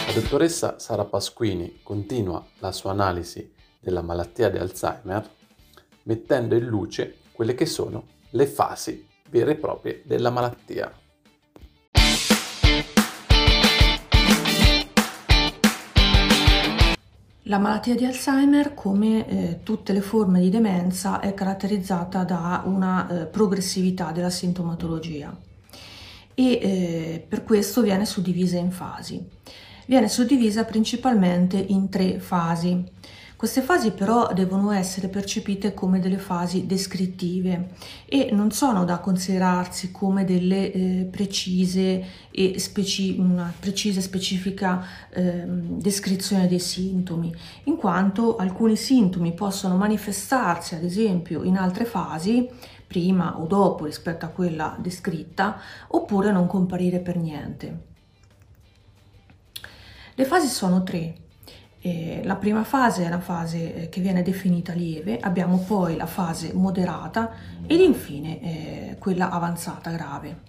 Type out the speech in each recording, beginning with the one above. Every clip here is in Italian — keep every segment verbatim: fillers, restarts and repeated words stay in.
La dottoressa Sara Pasquini continua la sua analisi della malattia di Alzheimer mettendo in luce quelle che sono le fasi vere e proprie della malattia. La malattia di Alzheimer, come eh, tutte le forme di demenza, è caratterizzata da una eh, progressività della sintomatologia e eh, per questo viene suddivisa in fasi. Viene suddivisa principalmente in tre fasi. Queste fasi però devono essere percepite come delle fasi descrittive e non sono da considerarsi come delle eh, precise e speci- una precisa e specifica eh, descrizione dei sintomi, in quanto alcuni sintomi possono manifestarsi ad esempio in altre fasi, prima o dopo rispetto a quella descritta, oppure non comparire per niente. Le fasi sono tre. Eh, la prima fase è una fase eh, che viene definita lieve, abbiamo poi la fase moderata ed infine eh, quella avanzata grave.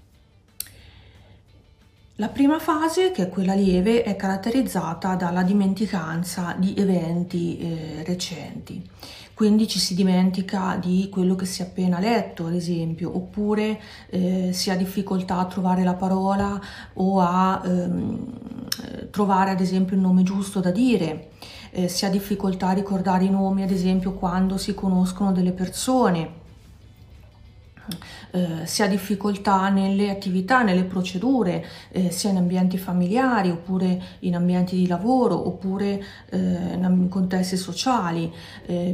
La prima fase, che è quella lieve, è caratterizzata dalla dimenticanza di eventi eh, recenti. Quindi ci si dimentica di quello che si è appena letto, ad esempio, oppure eh, si ha difficoltà a trovare la parola o a ehm, trovare, ad esempio, il nome giusto da dire. Eh, si ha difficoltà a ricordare i nomi, ad esempio, quando si conoscono delle persone. Eh, si ha difficoltà nelle attività, nelle procedure, eh, sia in ambienti familiari oppure in ambienti di lavoro oppure eh, in contesti sociali. Eh,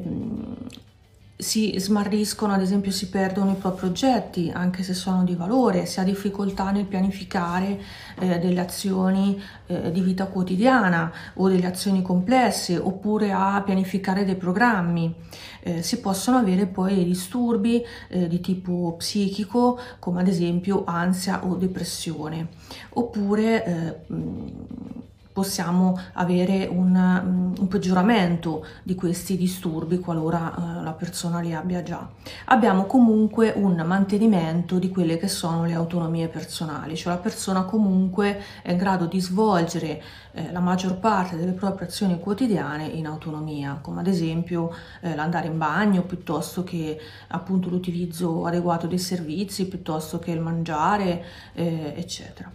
si smarriscono, ad esempio si perdono i propri oggetti anche se sono di valore, si ha difficoltà nel pianificare eh, delle azioni eh, di vita quotidiana o delle azioni complesse oppure a pianificare dei programmi. Eh, si possono avere poi dei disturbi eh, di tipo psichico come ad esempio ansia o depressione oppure eh, possiamo avere un, un peggioramento di questi disturbi qualora eh, la persona li abbia già. Abbiamo comunque un mantenimento di quelle che sono le autonomie personali, cioè la persona comunque è in grado di svolgere eh, la maggior parte delle proprie azioni quotidiane in autonomia, come ad esempio eh, l'andare in bagno, piuttosto che appunto l'utilizzo adeguato dei servizi, piuttosto che il mangiare, eh, eccetera.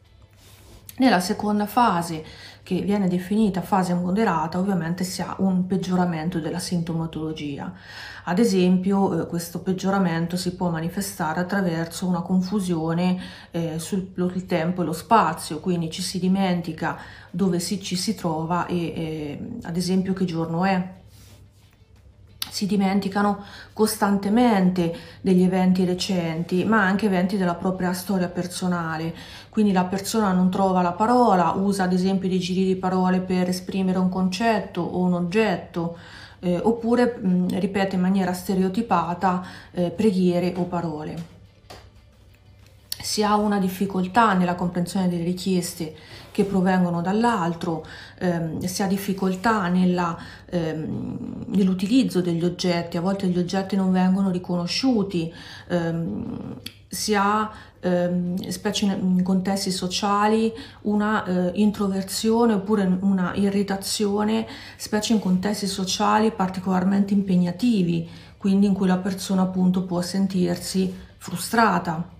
Nella seconda fase, che viene definita fase moderata, ovviamente si ha un peggioramento della sintomatologia. Ad esempio, eh, questo peggioramento si può manifestare attraverso una confusione eh, sul il tempo e lo spazio, quindi ci si dimentica dove si, ci si trova e eh, ad esempio che giorno è. Si dimenticano costantemente degli eventi recenti, ma anche eventi della propria storia personale. Quindi la persona non trova la parola, usa ad esempio dei giri di parole per esprimere un concetto o un oggetto, eh, oppure mh, ripete in maniera stereotipata eh, preghiere o parole. Si ha una difficoltà nella comprensione delle richieste che provengono dall'altro, ehm, si ha difficoltà nella, ehm, nell'utilizzo degli oggetti, a volte gli oggetti non vengono riconosciuti, ehm, si ha, ehm, specie in contesti sociali, una eh, introversione oppure una irritazione, specie in contesti sociali particolarmente impegnativi, quindi in cui la persona appunto può sentirsi frustrata.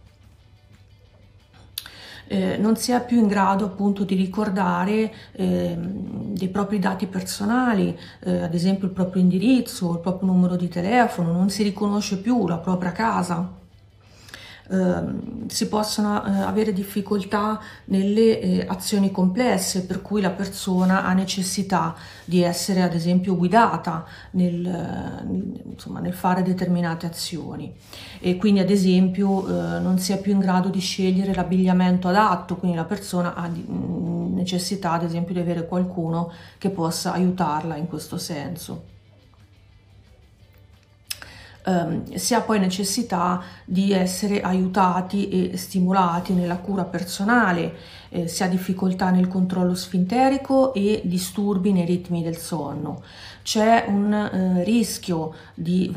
Eh, non si è più in grado appunto di ricordare eh, dei propri dati personali, eh, ad esempio il proprio indirizzo, il proprio numero di telefono, non si riconosce più la propria casa. Uh, si possono uh, avere difficoltà nelle eh, azioni complesse, per cui la persona ha necessità di essere ad esempio guidata nel, nel, insomma, nel fare determinate azioni e quindi ad esempio uh, non si è più in grado di scegliere l'abbigliamento adatto, quindi la persona ha di, mh, necessità ad esempio di avere qualcuno che possa aiutarla in questo senso. Um, si ha poi necessità di essere aiutati e stimolati nella cura personale, eh, si ha difficoltà nel controllo sfinterico e disturbi nei ritmi del sonno. C'è un eh, rischio di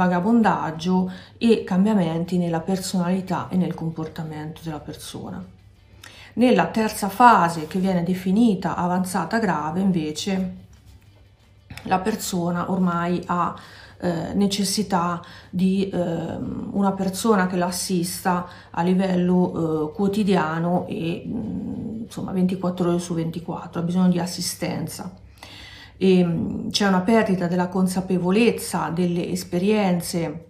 vagabondaggio e cambiamenti nella personalità e nel comportamento della persona. Nella terza fase, che viene definita avanzata grave, invece la persona ormai ha eh, necessità di eh, una persona che l'assista a livello eh, quotidiano e mh, insomma ventiquattro ore su ventiquattro, ha bisogno di assistenza. C'è una perdita della consapevolezza delle esperienze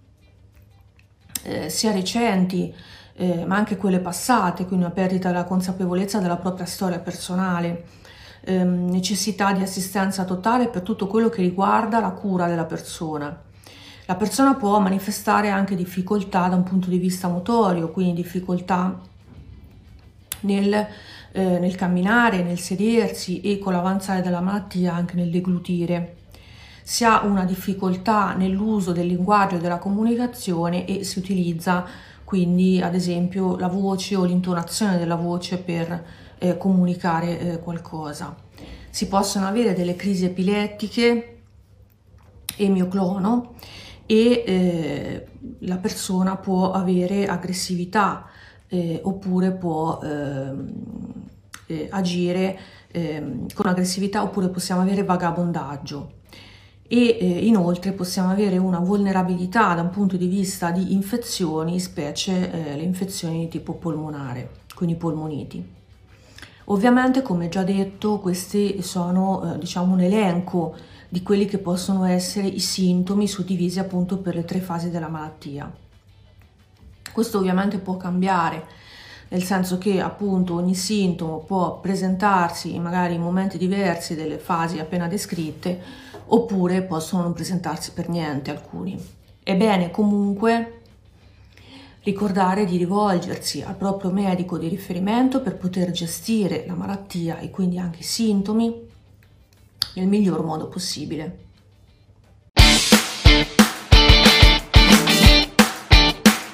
eh, sia recenti eh, ma anche quelle passate, quindi una perdita della consapevolezza della propria storia personale, eh, necessità di assistenza totale per tutto quello che riguarda la cura della persona. La persona può manifestare anche difficoltà da un punto di vista motorio, quindi difficoltà nel Eh, nel camminare, nel sedersi e con l'avanzare della malattia anche nel deglutire. Si ha una difficoltà nell'uso del linguaggio e della comunicazione e si utilizza quindi ad esempio la voce o l'intonazione della voce per eh, comunicare eh, qualcosa. Si possono avere delle crisi epilettiche e mioclono e eh, la persona può avere aggressività eh, oppure può eh, Eh, agire eh, con aggressività, oppure possiamo avere vagabondaggio e eh, inoltre possiamo avere una vulnerabilità da un punto di vista di infezioni, specie eh, le infezioni di tipo polmonare, quindi polmoniti. Ovviamente, come già detto, questi sono eh, diciamo un elenco di quelli che possono essere i sintomi suddivisi appunto per le tre fasi della malattia. Questo ovviamente può cambiare, nel senso che appunto ogni sintomo può presentarsi magari in momenti diversi delle fasi appena descritte, oppure possono non presentarsi per niente alcuni. È bene comunque ricordare di rivolgersi al proprio medico di riferimento per poter gestire la malattia e quindi anche i sintomi nel miglior modo possibile.